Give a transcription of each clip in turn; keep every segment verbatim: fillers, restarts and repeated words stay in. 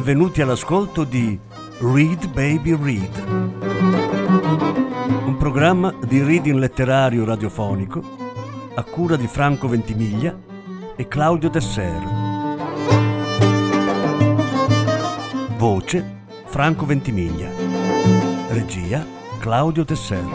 Benvenuti all'ascolto di Read Baby Read, un programma di reading letterario radiofonico a cura di Franco Ventimiglia e Claudio Desser. Voce Franco Ventimiglia. Regia Claudio Desser.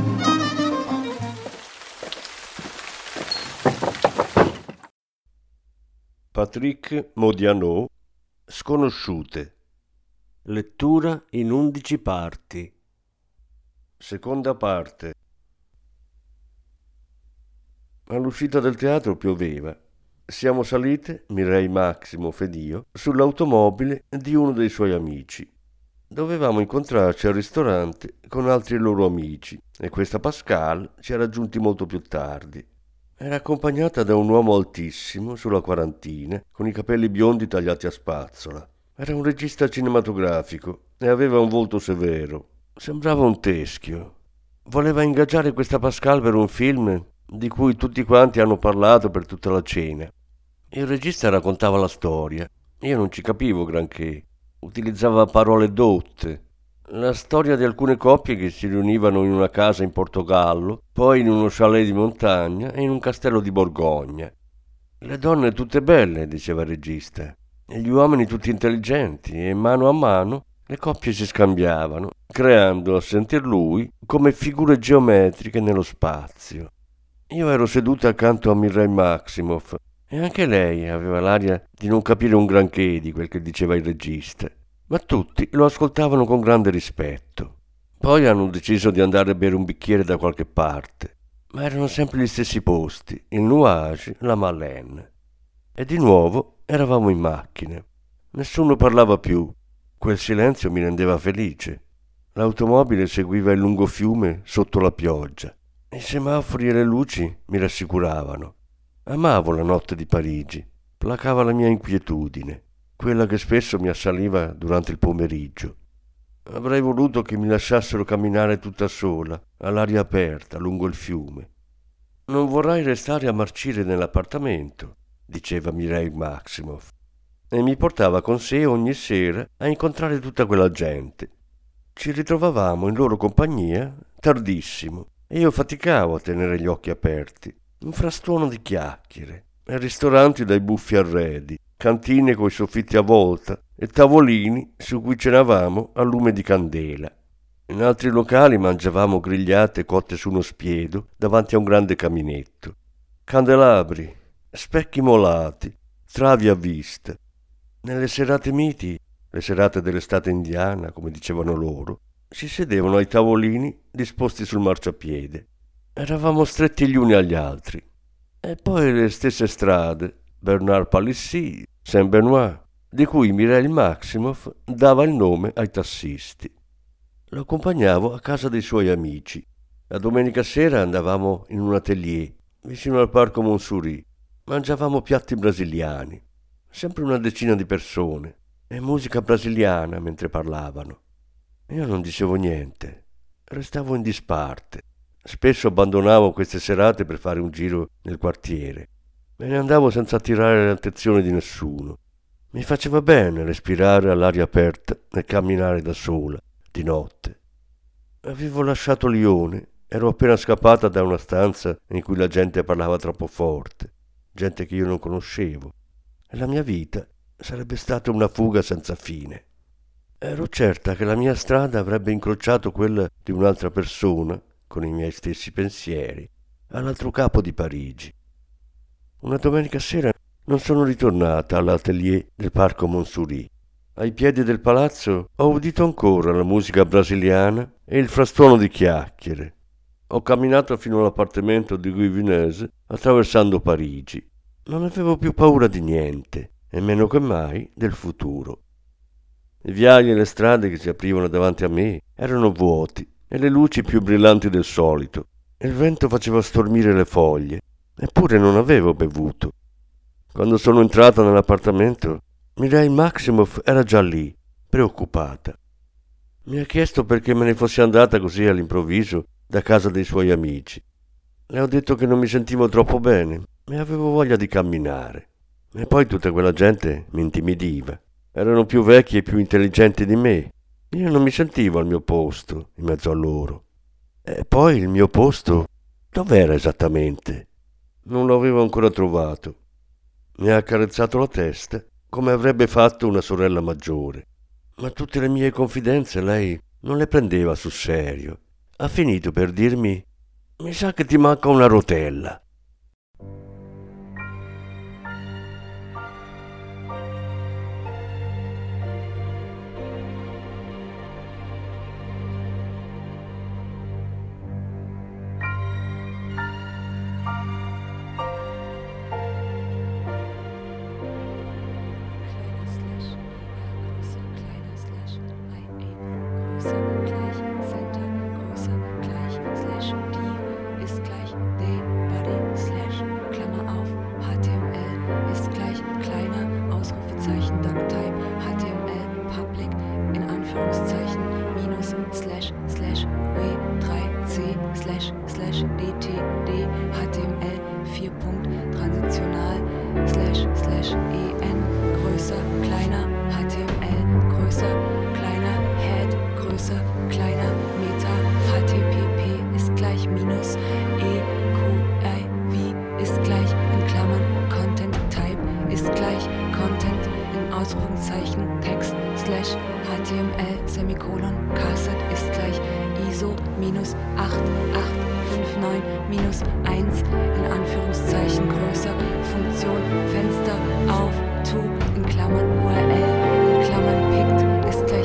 Patrick Modiano, Sconosciute. Lettura in undici parti. Seconda parte. All'uscita del teatro pioveva. Siamo salite, Mireille, Maximoff ed io, sull'automobile di uno dei suoi amici. Dovevamo incontrarci al ristorante con altri loro amici e questa Pascal ci ha raggiunti molto più tardi. Era accompagnata da un uomo altissimo, sulla quarantina, con i capelli biondi tagliati a spazzola. Era un regista cinematografico e aveva un volto severo. Sembrava un teschio. Voleva ingaggiare questa Pascal per un film di cui tutti quanti hanno parlato per tutta la cena. Il regista raccontava la storia. Io non ci capivo granché. Utilizzava parole dotte. La storia di alcune coppie che si riunivano in una casa in Portogallo, poi in uno chalet di montagna e in un castello di Borgogna. Le donne tutte belle, diceva il regista, e gli uomini tutti intelligenti, e mano a mano le coppie si scambiavano, creando, a sentir lui, come figure geometriche nello spazio. Io ero seduta accanto a Mireille Maximoff e anche lei aveva l'aria di non capire un granché di quel che diceva il regista, ma tutti lo ascoltavano con grande rispetto. Poi hanno deciso di andare a bere un bicchiere da qualche parte, ma erano sempre gli stessi posti, il Nuage, la Malène. E di nuovo eravamo in macchina. Nessuno parlava più. Quel silenzio mi rendeva felice. L'automobile seguiva il lungo fiume sotto la pioggia. I semafori e le luci mi rassicuravano. Amavo la notte di Parigi. Placava la mia inquietudine, quella che spesso mi assaliva durante il pomeriggio. Avrei voluto che mi lasciassero camminare tutta sola, all'aria aperta, lungo il fiume. Non vorrai restare a marcire nell'appartamento, diceva Mireille Maximoff, e mi portava con sé ogni sera a incontrare tutta quella gente. Ci ritrovavamo in loro compagnia tardissimo e io faticavo a tenere gli occhi aperti. Un frastuono di chiacchiere, e ristoranti dai buffi arredi, cantine coi soffitti a volta e tavolini su cui cenavamo a lume di candela. In altri locali mangiavamo grigliate cotte su uno spiedo davanti a un grande caminetto. Candelabri, specchi molati, travi a vista. Nelle serate miti, le serate dell'estate indiana, come dicevano loro, si sedevano ai tavolini disposti sul marciapiede. Eravamo stretti gli uni agli altri. E poi le stesse strade, Bernard Palissy, Saint-Benoît, di cui Mireille Maximoff dava il nome ai tassisti. Lo accompagnavo a casa dei suoi amici. La domenica sera andavamo in un atelier vicino al parco Montsouris. Mangiavamo piatti brasiliani, sempre una decina di persone, e musica brasiliana mentre parlavano. Io non dicevo niente, restavo in disparte. Spesso abbandonavo queste serate per fare un giro nel quartiere. Me ne andavo senza attirare l'attenzione di nessuno. Mi faceva bene respirare all'aria aperta e camminare da sola, di notte. Avevo lasciato Lione, ero appena scappata da una stanza in cui la gente parlava troppo forte, gente che io non conoscevo, e la mia vita sarebbe stata una fuga senza fine. Ero certa che la mia strada avrebbe incrociato quella di un'altra persona, con i miei stessi pensieri, all'altro capo di Parigi. Una domenica sera non sono ritornata all'atelier del parco Montsouris. Ai piedi del palazzo ho udito ancora la musica brasiliana e il frastuono di chiacchiere. Ho camminato fino all'appartamento di Guy Vineuse attraversando Parigi. Non avevo più paura di niente, e meno che mai del futuro. I viali e le strade che si aprivano davanti a me erano vuoti e le luci più brillanti del solito. Il vento faceva stormire le foglie, eppure non avevo bevuto. Quando sono entrata nell'appartamento, Mireille Maximoff era già lì, preoccupata. Mi ha chiesto perché me ne fossi andata così all'improvviso da casa dei suoi amici. Le ho detto che non mi sentivo troppo bene e avevo voglia di camminare. E poi tutta quella gente mi intimidiva. Erano più vecchi e più intelligenti di me. Io non mi sentivo al mio posto in mezzo a loro. E poi il mio posto dov'era esattamente? Non lo avevo ancora trovato. Mi ha accarezzato la testa come avrebbe fatto una sorella maggiore. Ma tutte le mie confidenze lei non le prendeva sul serio. Ha finito per dirmi: mi sa che ti manca una rotella. H T M L, Semikolon, Caset ist gleich I S O minus acht acht fünf neun minus eins, in Anführungszeichen größer, Funktion, Fenster, auf, to, in Klammern U R L, in Klammern pict, ist gleich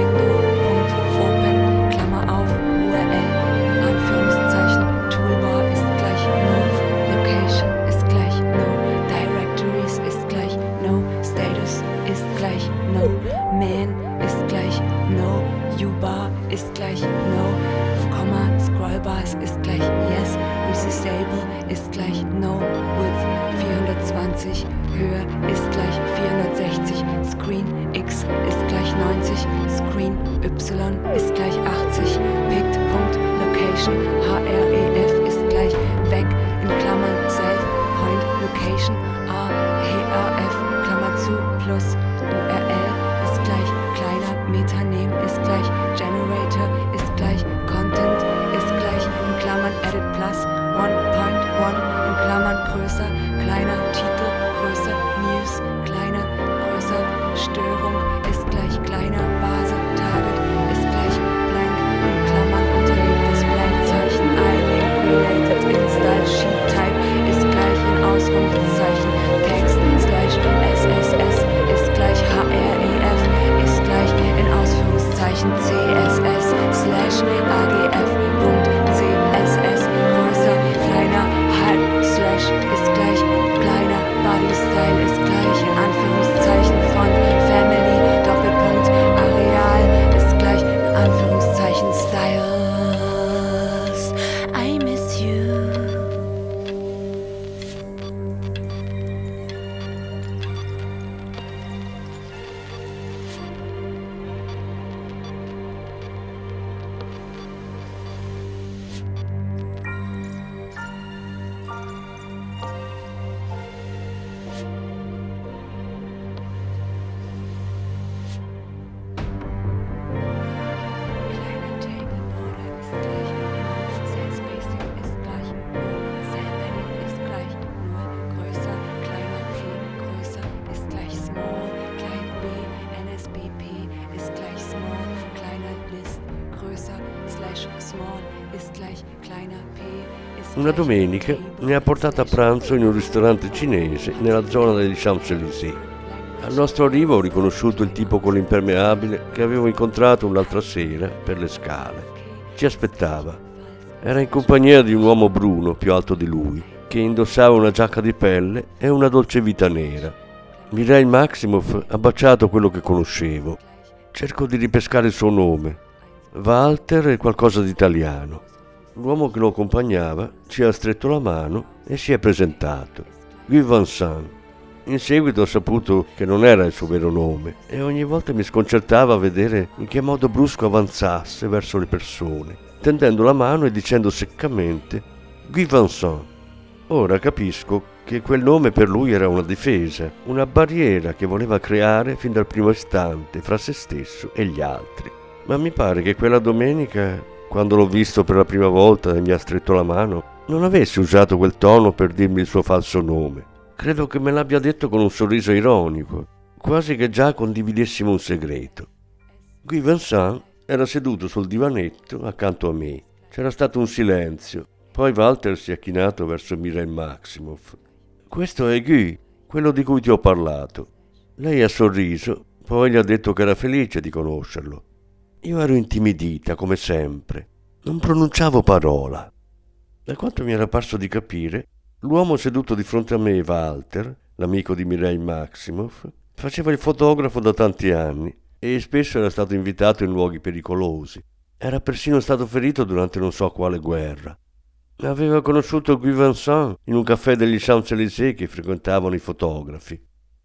window.open, Klammer auf, U R L, in Anführungszeichen, Toolbar ist gleich no, Location ist gleich no, Directories ist gleich no, Status ist gleich no, Man ist gleich no, U-Bar ist gleich no, Komma, Scrollbars ist gleich yes, Resistable ist gleich no, Width vierhundertzwanzig, Höhe ist gleich vierhundertsechzig, Screen X ist gleich neunzig, Screen Y ist gleich achtzig, Pict, Punkt, Location, href ist gleich weg, in Klammern Self, Point, Location, A, href, Klammer zu, plus, U R L ist gleich kleiner, Metaname ist gleich Generator ist gleich Content ist gleich in Klammern Edit Plus one point one in Klammern größer, kleiner, Titel größer, News kleiner, größer, Störung ist gleich kleiner, Base, Target ist gleich blank, in Klammern unterlegtes Blankzeichen, iLink related in Style Sheet Type ist gleich in Ausrufezeichen, Text slash S S S ist gleich href ist gleich in Ausführungszeichen C S S slash agf Punkt C S S größer, kleiner, halb slash ist gleich kleiner, Body Style ist gleich in Anführungszeichen Font, Family, Doppelpunkt, Areal ist gleich in Anführungszeichen Styles. I miss you. Kleiner Table Border ist gleich null, Cell Spacing ist gleich null, Cell Padding ist gleich null, größer, kleiner p, größer ist gleich small, klein b, N S B P ist gleich small, kleiner List, größer, slash small ist gleich kleiner p, ist Una gleich domenica table mi ha portato a slash pranzo in un ristorante cinese nella zona degli Champs-Élysées. Al nostro arrivo ho riconosciuto il tipo con l'impermeabile che avevo incontrato un'altra sera per le scale. Ci aspettava. Era in compagnia di un uomo bruno più alto di lui, che indossava una giacca di pelle e una dolce vita nera. Mireille Maximoff ha baciato quello che conoscevo. Cerco di ripescare il suo nome. Walter e qualcosa di italiano. L'uomo che lo accompagnava ci ha stretto la mano e si è presentato. Guy Vincent. In seguito ho saputo che non era il suo vero nome e ogni volta mi sconcertava vedere in che modo brusco avanzasse verso le persone, tendendo la mano e dicendo seccamente Guy Vincent. Ora capisco che quel nome per lui era una difesa, una barriera che voleva creare fin dal primo istante fra se stesso e gli altri. Ma mi pare che quella domenica, quando l'ho visto per la prima volta e mi ha stretto la mano, non avesse usato quel tono per dirmi il suo falso nome. Credo che me l'abbia detto con un sorriso ironico, quasi che già condividessimo un segreto. Guy Vincent era seduto sul divanetto accanto a me. C'era stato un silenzio. Poi Walter si è chinato verso Mireille Maximoff. «Questo è Guy, quello di cui ti ho parlato». Lei ha sorriso, poi gli ha detto che era felice di conoscerlo. Io ero intimidita, come sempre. Non pronunciavo parola. Da quanto mi era parso di capire, l'uomo seduto di fronte a me, Walter, l'amico di Mireille Maximoff, faceva il fotografo da tanti anni e spesso era stato invitato in luoghi pericolosi. Era persino stato ferito durante non so quale guerra. Aveva conosciuto Guy Vincent in un caffè degli Champs-Élysées che frequentavano i fotografi.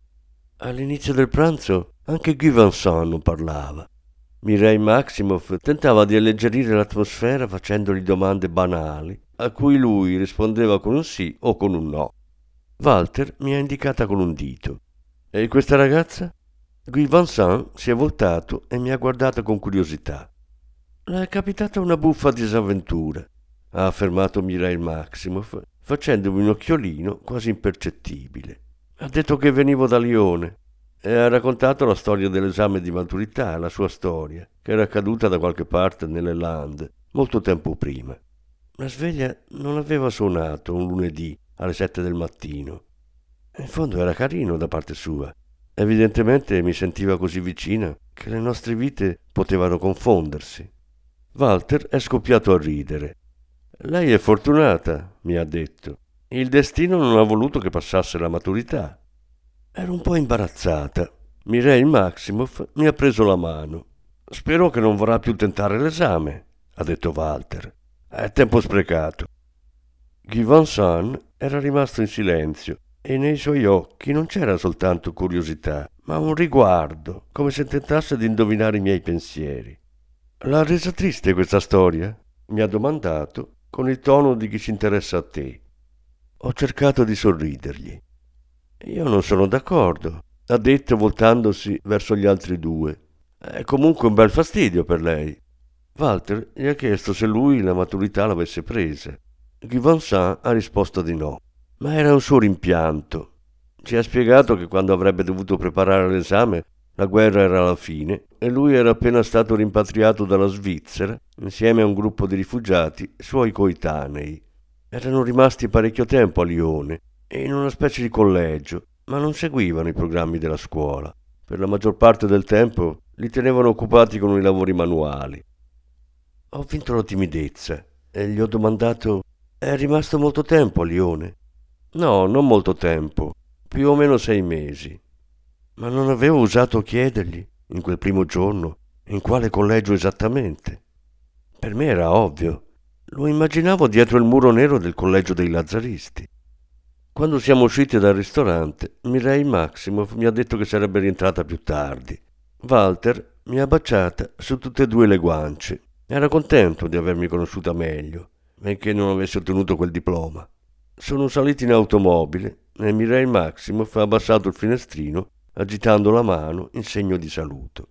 All'inizio del pranzo anche Guy Vincent non parlava. Mireille Maximoff tentava di alleggerire l'atmosfera facendogli domande banali, a cui lui rispondeva con un sì o con un no. Walter mi ha indicata con un dito. «E questa ragazza?» Guy Vincent si è voltato e mi ha guardato con curiosità. «Le è capitata una buffa disavventura», ha affermato Mireille Maximoff, facendomi un occhiolino quasi impercettibile. Ha detto che venivo da Lione e ha raccontato la storia dell'esame di maturità, la sua storia, che era accaduta da qualche parte nelle Lande, molto tempo prima. La sveglia non aveva suonato un lunedì alle sette del mattino. In fondo era carino da parte sua. Evidentemente mi sentiva così vicina che le nostre vite potevano confondersi. Walter è scoppiato a ridere. «Lei è fortunata», mi ha detto. «Il destino non ha voluto che passasse la maturità». Ero un po' imbarazzata. Mireille Maximoff mi ha preso la mano. «Spero che non vorrà più tentare l'esame», ha detto Walter. «È tempo sprecato». Guy Vincent era rimasto in silenzio e nei suoi occhi non c'era soltanto curiosità, ma un riguardo, come se tentasse di indovinare i miei pensieri. «L'ha resa triste questa storia?» mi ha domandato con il tono di chi si interessa a te. Ho cercato di sorridergli. «Io non sono d'accordo», ha detto voltandosi verso gli altri due. «È comunque un bel fastidio per lei». Walter gli ha chiesto se lui la maturità l'avesse presa. Guy Vincent ha risposto di no, ma era un suo rimpianto. Ci ha spiegato che quando avrebbe dovuto preparare l'esame la guerra era alla fine e lui era appena stato rimpatriato dalla Svizzera insieme a un gruppo di rifugiati suoi coetanei. Erano rimasti parecchio tempo a Lione e in una specie di collegio, ma non seguivano i programmi della scuola. Per la maggior parte del tempo li tenevano occupati con i lavori manuali. Ho vinto la timidezza e gli ho domandato: «È rimasto molto tempo a Lione?» «No, non molto tempo, più o meno sei mesi». Ma non avevo osato chiedergli, in quel primo giorno, in quale collegio esattamente. Per me era ovvio. Lo immaginavo dietro il muro nero del collegio dei Lazzaristi. Quando siamo usciti dal ristorante, Mireille Maximoff mi ha detto che sarebbe rientrata più tardi. Walter mi ha baciata su tutte e due le guance. Era contento di avermi conosciuta meglio, benché non avesse ottenuto quel diploma. Sono saliti in automobile e Mireille Maximoff ha abbassato il finestrino agitando la mano in segno di saluto.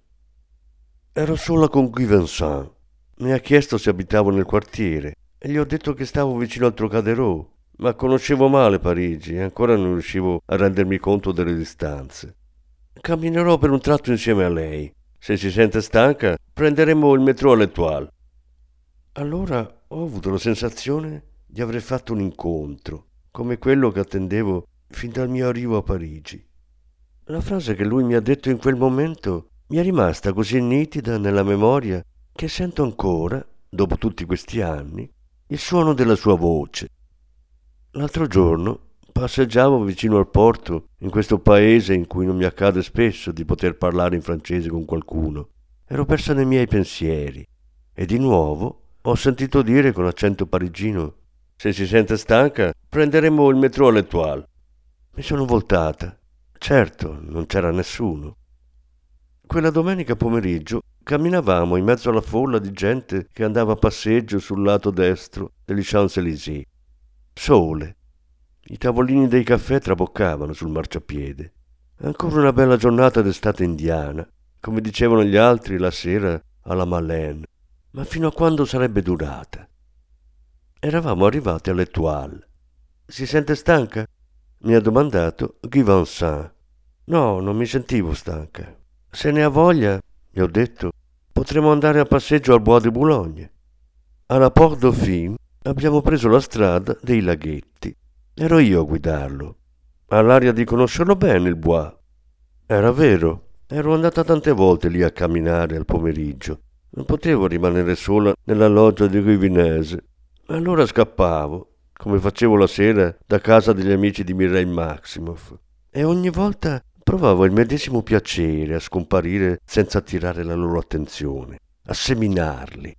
Ero sola con Guy Vincent. Mi ha chiesto se abitavo nel quartiere e gli ho detto che stavo vicino al Trocadero, ma conoscevo male Parigi e ancora non riuscivo a rendermi conto delle distanze. «Camminerò per un tratto insieme a lei. Se si sente stanca, prenderemo il metro all'Étoile». Allora ho avuto la sensazione di aver fatto un incontro, come quello che attendevo fin dal mio arrivo a Parigi. La frase che lui mi ha detto in quel momento mi è rimasta così nitida nella memoria che sento ancora, dopo tutti questi anni, il suono della sua voce. L'altro giorno passeggiavo vicino al porto in questo paese in cui non mi accade spesso di poter parlare in francese con qualcuno. Ero persa nei miei pensieri e di nuovo ho sentito dire con accento parigino: «Se si sente stanca, prenderemo il metro all'Étoile». Mi sono voltata. Certo, non c'era nessuno. Quella domenica pomeriggio camminavamo in mezzo alla folla di gente che andava a passeggio sul lato destro degli Champs-Élysées. Sole. I tavolini dei caffè traboccavano sul marciapiede. Ancora una bella giornata d'estate indiana, come dicevano gli altri la sera alla Malène. Ma fino a quando sarebbe durata? Eravamo arrivati all'Étoile. Si sente stanca? Mi ha domandato Guy Vincent. No, non mi sentivo stanca. Se ne ha voglia, gli ho detto, potremo andare a passeggio al Bois de Boulogne. Alla Porte Dauphine abbiamo preso la strada dei laghetti. Ero io a guidarlo. Ha l'aria di conoscerlo bene il Bois. Era vero, ero andata tante volte lì a camminare al pomeriggio. Non potevo rimanere sola nella loggia di Guivinese. Allora scappavo, come facevo la sera, da casa degli amici di Mireille Maximoff. E ogni volta provavo il medesimo piacere a scomparire senza attirare la loro attenzione, a seminarli.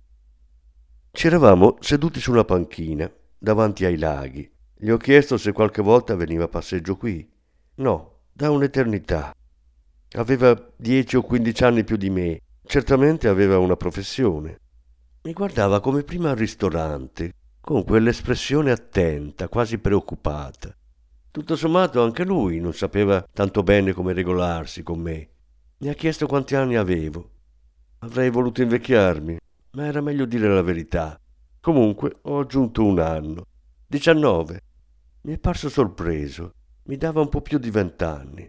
Ci eravamo seduti su una panchina, davanti ai laghi. Gli ho chiesto se qualche volta veniva a passeggio qui. No, da un'eternità. Aveva dieci o quindici anni più di me. Certamente aveva una professione. Mi guardava come prima al ristorante, con quell'espressione attenta, quasi preoccupata. Tutto sommato anche lui non sapeva tanto bene come regolarsi con me. Mi ha chiesto quanti anni avevo. Avrei voluto invecchiarmi, ma era meglio dire la verità. Comunque ho aggiunto un anno. diciannove. Mi è parso sorpreso. Mi dava un po' più di vent'anni.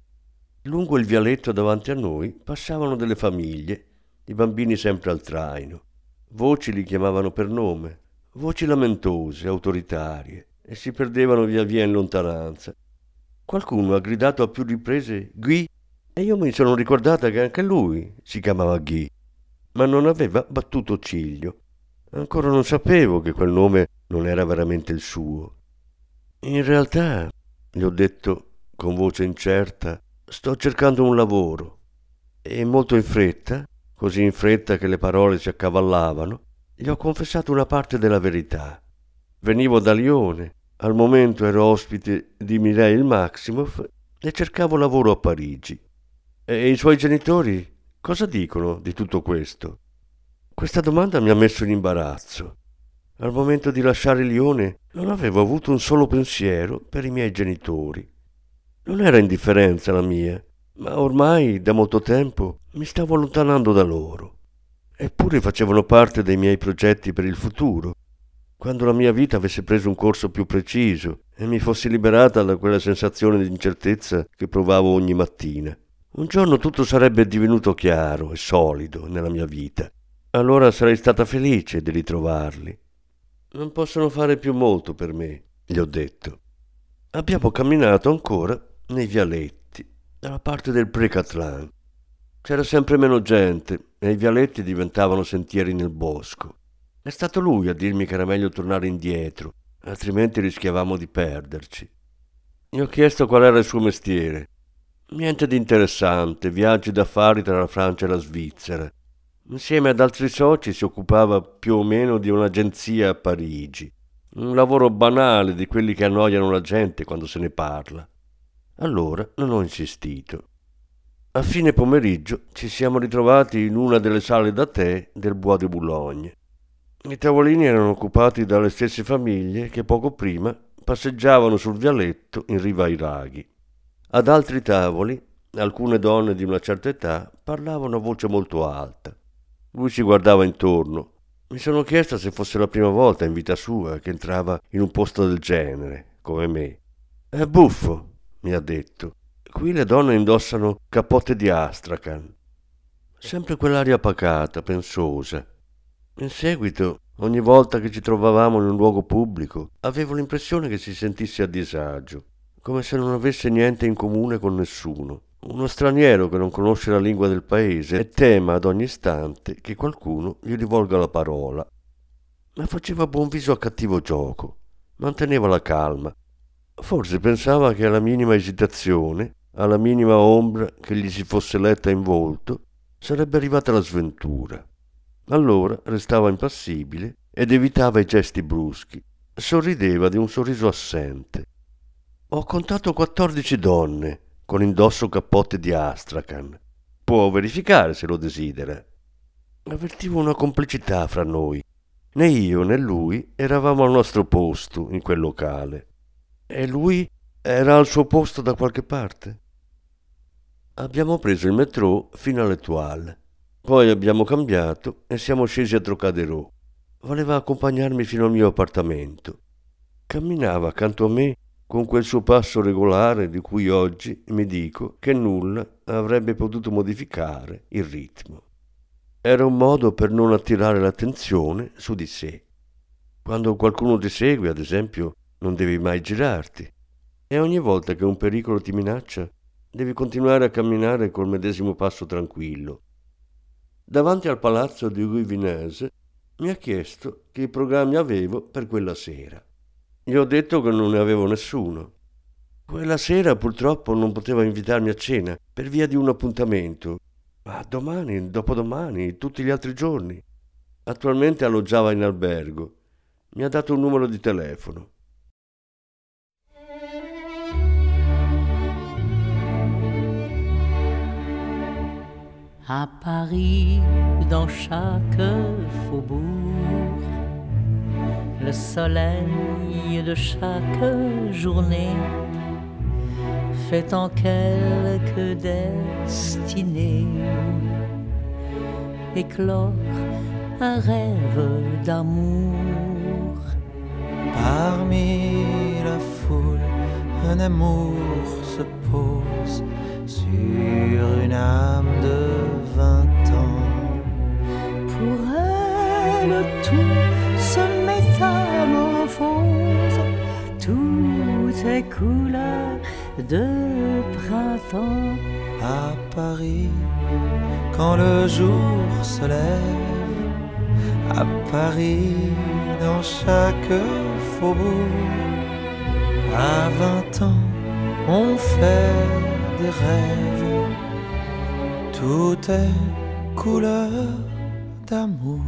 Lungo il vialetto davanti a noi passavano delle famiglie, i bambini sempre al traino. Voci li chiamavano per nome, voci lamentose, autoritarie, e si perdevano via via in lontananza. Qualcuno ha gridato a più riprese Guy, e io mi sono ricordata che anche lui si chiamava Guy, ma non aveva battuto ciglio. Ancora non sapevo che quel nome non era veramente il suo. In realtà, gli ho detto con voce incerta, sto cercando un lavoro. E molto in fretta, così in fretta che le parole si accavallavano, gli ho confessato una parte della verità. Venivo da Lione, al momento ero ospite di Mireille Maximoff e cercavo lavoro a Parigi. E i suoi genitori cosa dicono di tutto questo? Questa domanda mi ha messo in imbarazzo. Al momento di lasciare Lione non avevo avuto un solo pensiero per i miei genitori. Non era indifferenza la mia, ma ormai da molto tempo mi stavo allontanando da loro. Eppure facevano parte dei miei progetti per il futuro. Quando la mia vita avesse preso un corso più preciso e mi fossi liberata da quella sensazione di incertezza che provavo ogni mattina. Un giorno tutto sarebbe divenuto chiaro e solido nella mia vita. Allora sarei stata felice di ritrovarli. Non possono fare più molto per me, gli ho detto. Abbiamo camminato ancora nei vialetti, dalla parte del Pré-Catrin. C'era sempre meno gente e i vialetti diventavano sentieri nel bosco. È stato lui a dirmi che era meglio tornare indietro, altrimenti rischiavamo di perderci. Gli ho chiesto qual era il suo mestiere. Niente di interessante, viaggi d'affari tra la Francia e la Svizzera. Insieme ad altri soci si occupava più o meno di un'agenzia a Parigi. Un lavoro banale di quelli che annoiano la gente quando se ne parla. Allora non ho insistito. A fine pomeriggio ci siamo ritrovati in una delle sale da tè del Bois de Boulogne. I tavolini erano occupati dalle stesse famiglie che poco prima passeggiavano sul vialetto in riva ai laghi. Ad altri tavoli, alcune donne di una certa età parlavano a voce molto alta. Lui si guardava intorno. Mi sono chiesta se fosse la prima volta in vita sua che entrava in un posto del genere, come me. È buffo, mi ha detto. Qui le donne indossano cappotte di Astrakhan. Sempre quell'aria pacata, pensosa. In seguito, ogni volta che ci trovavamo in un luogo pubblico, avevo l'impressione che si sentisse a disagio, come se non avesse niente in comune con nessuno. Uno straniero che non conosce la lingua del paese e tema ad ogni istante che qualcuno gli rivolga la parola. Ma faceva buon viso a cattivo gioco, manteneva la calma. Forse pensava che alla minima esitazione, alla minima ombra che gli si fosse letta in volto, sarebbe arrivata la sventura. Allora restava impassibile ed evitava i gesti bruschi. Sorrideva di un sorriso assente. Ho contato quattordici donne con indosso cappotte di Astrakhan. Può verificare se lo desidera. Avvertivo una complicità fra noi. Né io né lui eravamo al nostro posto in quel locale. E lui era al suo posto da qualche parte. Abbiamo preso il metro fino all'Étoile. Poi abbiamo cambiato e siamo scesi a Trocadero. Voleva accompagnarmi fino al mio appartamento. Camminava accanto a me con quel suo passo regolare di cui oggi mi dico che nulla avrebbe potuto modificare il ritmo. Era un modo per non attirare l'attenzione su di sé. Quando qualcuno ti segue, ad esempio, non devi mai girarti. E ogni volta che un pericolo ti minaccia, devi continuare a camminare col medesimo passo tranquillo. Davanti al palazzo di Rue Vinese mi ha chiesto che programmi avevo per quella sera. Gli ho detto che non ne avevo nessuno. Quella sera purtroppo non poteva invitarmi a cena per via di un appuntamento. Ma domani, dopodomani, tutti gli altri giorni. Attualmente alloggiava in albergo. Mi ha dato un numero di telefono. À Paris, dans chaque faubourg, le soleil de chaque journée fait en quelques destinées éclore un rêve d'amour. Parmi la foule, un amour se pose sur une âme de vingt ans. Pour elle, tout se métamorphose, tout est couleur de printemps. À Paris, quand le jour se lève, à Paris, dans chaque faubourg, à vingt ans, on fait des rêves, tout est couleur d'amour.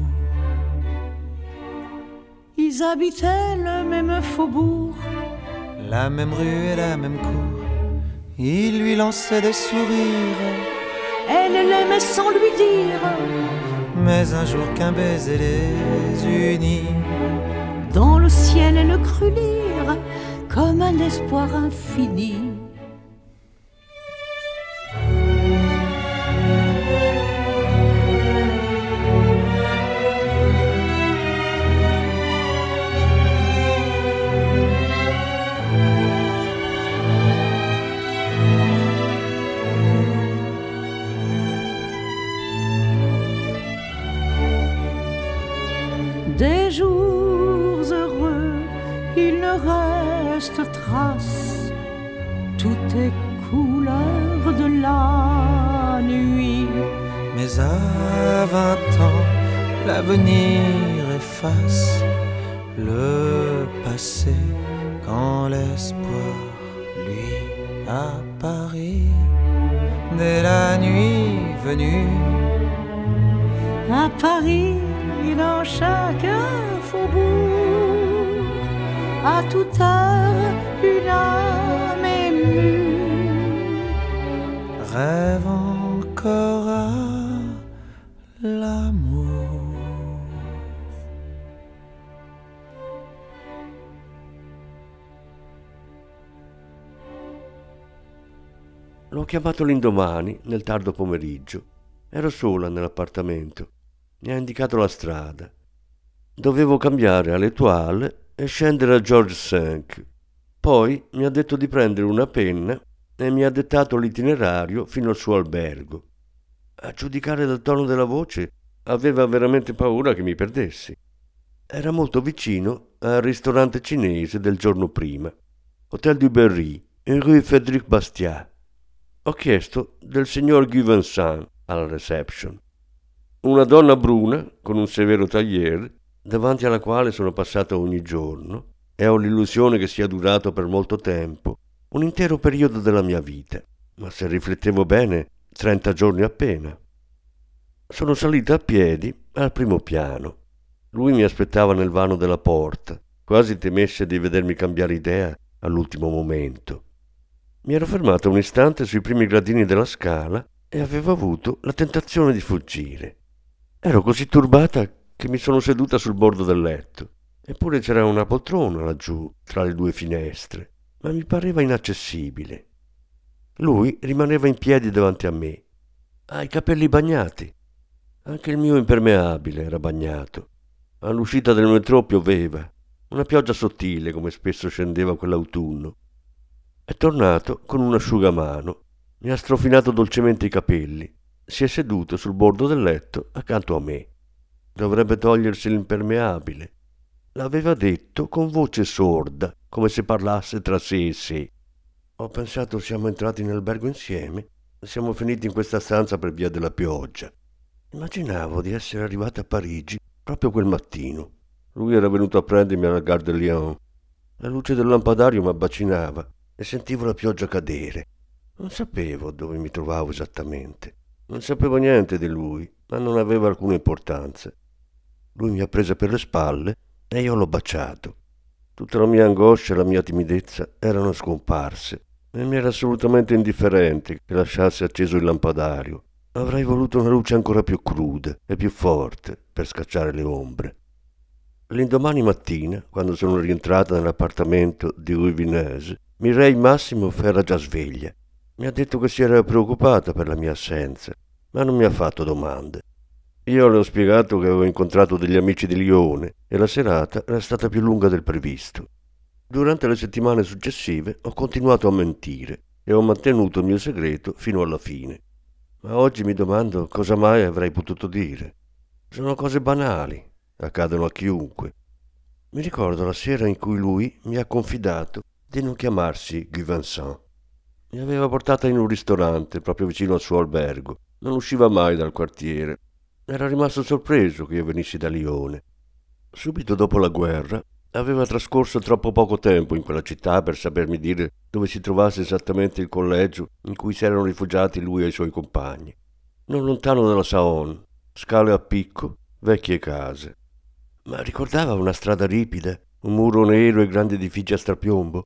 Ils habitaient le même faubourg, la même rue et la même cour. Il lui lançait des sourires, elle l'aimait sans lui dire. Mais un jour qu'un baiser les unit, dans le ciel elle crut lire comme un espoir infini. Des jours heureux, il ne reste trace, tout est couleur de la nuit. Mais à vingt ans, l'avenir efface le passé quand l'espoir, lui, à Paris, dès la nuit venue, à Paris, dans chaque faubourg, à toute heure, une âme émue rêve encore à l'amour. L'ho chiamato l'indomani, nel tardo pomeriggio. Ero sola nell'appartamento. Mi ha indicato la strada. Dovevo cambiare all'Étoile e scendere a Georges cinque. Poi mi ha detto di prendere una penna e mi ha dettato l'itinerario fino al suo albergo. A giudicare dal tono della voce, aveva veramente paura che mi perdessi. Era molto vicino al ristorante cinese del giorno prima, Hôtel du Berry, in rue Frédéric Bastiat. Ho chiesto del signor Guy Vincent alla reception. Una donna bruna, con un severo tagliere, davanti alla quale sono passato ogni giorno, e ho l'illusione che sia durato per molto tempo, un intero periodo della mia vita, ma se riflettevo bene, trenta giorni appena. Sono salita a piedi al primo piano. Lui mi aspettava nel vano della porta, quasi temesse di vedermi cambiare idea all'ultimo momento. Mi ero fermato un istante sui primi gradini della scala e avevo avuto la tentazione di fuggire. Ero così turbata che mi sono seduta sul bordo del letto. Eppure c'era una poltrona laggiù, tra le due finestre. ma mi pareva inaccessibile. Lui rimaneva in piedi davanti a me. Ha i capelli bagnati. Anche il mio impermeabile era bagnato. All'uscita del metro pioveva, una pioggia sottile come spesso scendeva quell'autunno. È tornato con un asciugamano, mi ha strofinato dolcemente i capelli, si è seduto sul bordo del letto accanto a me. Dovrebbe togliersi l'impermeabile. L'aveva detto con voce sorda, come se parlasse tra sé e sé. Ho pensato siamo entrati in albergo insieme, siamo finiti in questa stanza per via della pioggia. Immaginavo di essere arrivato a Parigi proprio quel mattino. Lui era venuto a prendermi alla Gare de Lyon. La luce del lampadario mi abbacinava e sentivo la pioggia cadere. Non sapevo dove mi trovavo esattamente. Non sapevo niente di lui, ma non aveva alcuna importanza. Lui mi ha presa per le spalle e io l'ho baciato. Tutta la mia angoscia e la mia timidezza erano scomparse e mi era assolutamente indifferente che lasciasse acceso il lampadario. Avrei voluto una luce ancora più cruda e più forte per scacciare le ombre. L'indomani mattina, quando sono rientrata nell'appartamento di Rue Vineuse, Mireille Massimoff era già sveglia. Mi ha detto che si era preoccupata per la mia assenza, ma non mi ha fatto domande. Io le ho spiegato che avevo incontrato degli amici di Lione e la serata era stata più lunga del previsto. Durante le settimane successive ho continuato a mentire e ho mantenuto il mio segreto fino alla fine. Ma oggi mi domando cosa mai avrei potuto dire. Sono cose banali, accadono a chiunque. Mi ricordo la sera in cui lui mi ha confidato di non chiamarsi Guy Vincent. Mi aveva portata in un ristorante proprio vicino al suo albergo. Non usciva mai dal quartiere. Era rimasto sorpreso che io venissi da Lione. Subito dopo la guerra aveva trascorso troppo poco tempo in quella città per sapermi dire dove si trovasse esattamente il collegio in cui si erano rifugiati lui e i suoi compagni. Non lontano dalla Saône, scale a picco, vecchie case. Ma ricordava una strada ripida, un muro nero e grandi edifici a strapiombo?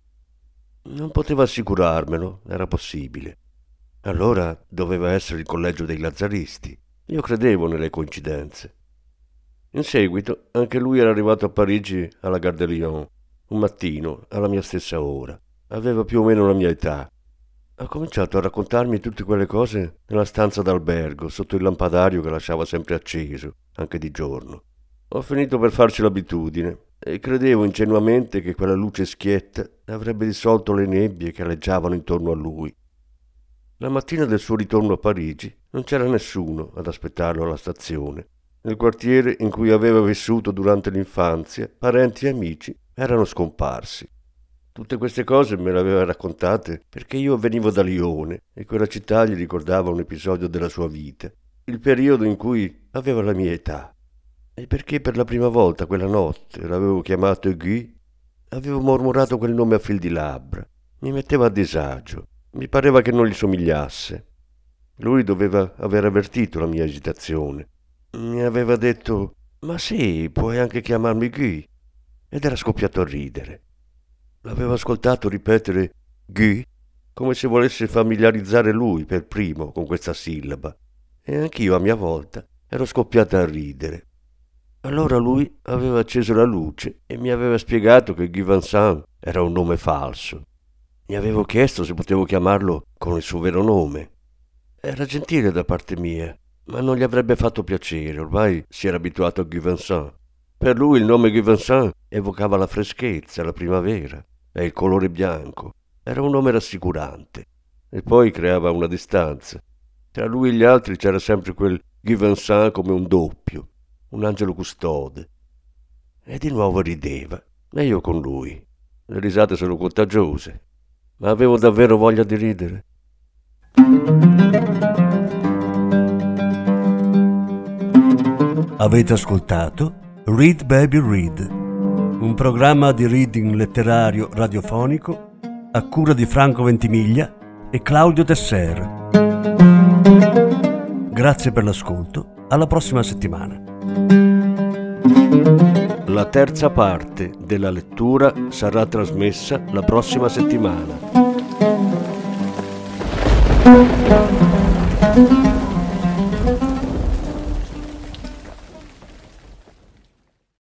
Non poteva assicurarmelo, era possibile. Allora doveva essere il collegio dei lazzaristi. Io credevo nelle coincidenze. In seguito anche lui era arrivato a Parigi alla Gare de Lyon, un mattino, alla mia stessa ora. Aveva più o meno la mia età. Ha cominciato a raccontarmi tutte quelle cose nella stanza d'albergo, sotto il lampadario che lasciava sempre acceso, anche di giorno. Ho finito per farci l'abitudine e credevo ingenuamente che quella luce schietta avrebbe dissolto le nebbie che aleggiavano intorno a lui. La mattina del suo ritorno a Parigi non c'era nessuno ad aspettarlo alla stazione. Nel quartiere in cui aveva vissuto durante l'infanzia, parenti e amici erano scomparsi. Tutte queste cose me le aveva raccontate perché io venivo da Lione e quella città gli ricordava un episodio della sua vita, il periodo in cui aveva la mia età. E perché per la prima volta quella notte l'avevo chiamato Guy, avevo mormorato quel nome a fil di labbra. Mi metteva a disagio, mi pareva che non gli somigliasse. Lui doveva aver avvertito la mia esitazione. Mi aveva detto, ma sì, puoi anche chiamarmi Guy. Ed era scoppiato a ridere. L'avevo ascoltato ripetere Guy come se volesse familiarizzare lui per primo con questa sillaba. E anch'io a mia volta ero scoppiata a ridere. Allora lui aveva acceso la luce e mi aveva spiegato che Guy Vincent era un nome falso. Mi avevo chiesto se potevo chiamarlo con il suo vero nome. Era gentile da parte mia, ma non gli avrebbe fatto piacere, ormai si era abituato a Guy Vincent. Per lui il nome Guy Vincent evocava la freschezza, la primavera e il colore bianco. Era un nome rassicurante e poi creava una distanza. Tra lui e gli altri c'era sempre quel Guy Vincent come un doppio, un angelo custode. E di nuovo rideva, e io con lui. Le risate sono contagiose, ma avevo davvero voglia di ridere. Avete ascoltato Read Baby Read, un programma di reading letterario radiofonico a cura di Franco Ventimiglia e Claudio Tesser. Grazie per l'ascolto, alla prossima settimana. La terza parte della lettura sarà trasmessa la prossima settimana.